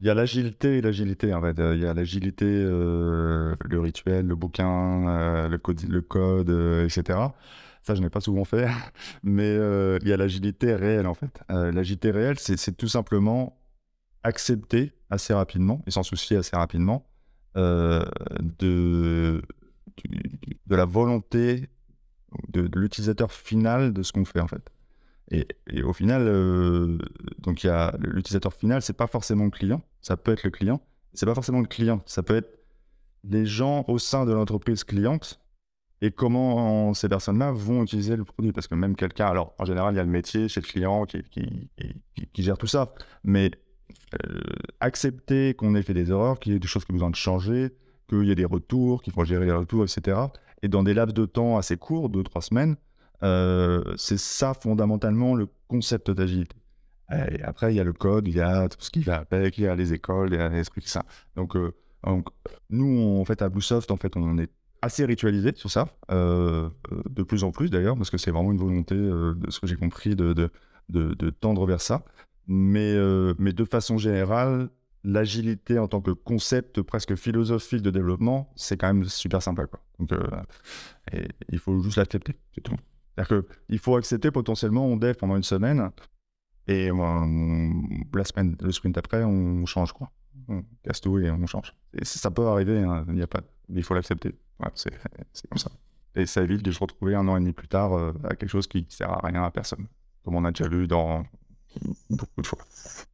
Il y a l'agilité et l'agilité, en fait. Il y a l'agilité, le rituel, le bouquin, le code, etc. Ça, je n'ai pas souvent fait. Mais il y a l'agilité réelle, en fait. L'agilité réelle, c'est tout simplement accepter assez rapidement, et s'en soucier assez rapidement, euh, de, de la volonté de l'utilisateur final de ce qu'on fait, en fait. Et au final, donc il y a l'utilisateur final, c'est pas forcément le client, ça peut être le client, c'est pas forcément le client, ça peut être les gens au sein de l'entreprise cliente et comment ces personnes-là vont utiliser le produit. Parce que même quelqu'un, alors en général, il y a le métier chez le client qui gère tout ça, mais accepter qu'on ait fait des erreurs, qu'il y ait des choses qui ont besoin de changer, qu'il y ait des retours, qu'il faut gérer les retours, etc. Et dans des laps de temps assez courts, 2, 3 semaines, c'est ça fondamentalement le concept d'agilité. Et après, il y a le code, il y a tout ce qui va avec, il y a les écoles, il y a les trucs, ça. Donc, nous, en fait, à Bluesoft, en fait, on est assez ritualisé sur ça, de plus en plus d'ailleurs, parce que c'est vraiment une volonté, de ce que j'ai compris, de tendre vers ça. Mais de façon générale, l'agilité en tant que concept presque philosophique de développement, c'est quand même super sympa, quoi. Donc, et il faut juste l'accepter, c'est tout. C'est-à-dire qu'il faut accepter potentiellement, on dev pendant une semaine, et la semaine, le sprint après, on change, quoi. On casse tout et on change. Et ça peut arriver, hein, il y a pas, il faut l'accepter. Ouais, c'est comme ça. Et ça évite de se retrouver 1 an et demi plus tard, à quelque chose qui sert à rien à personne, comme on a déjà vu dans beaucoup de fois.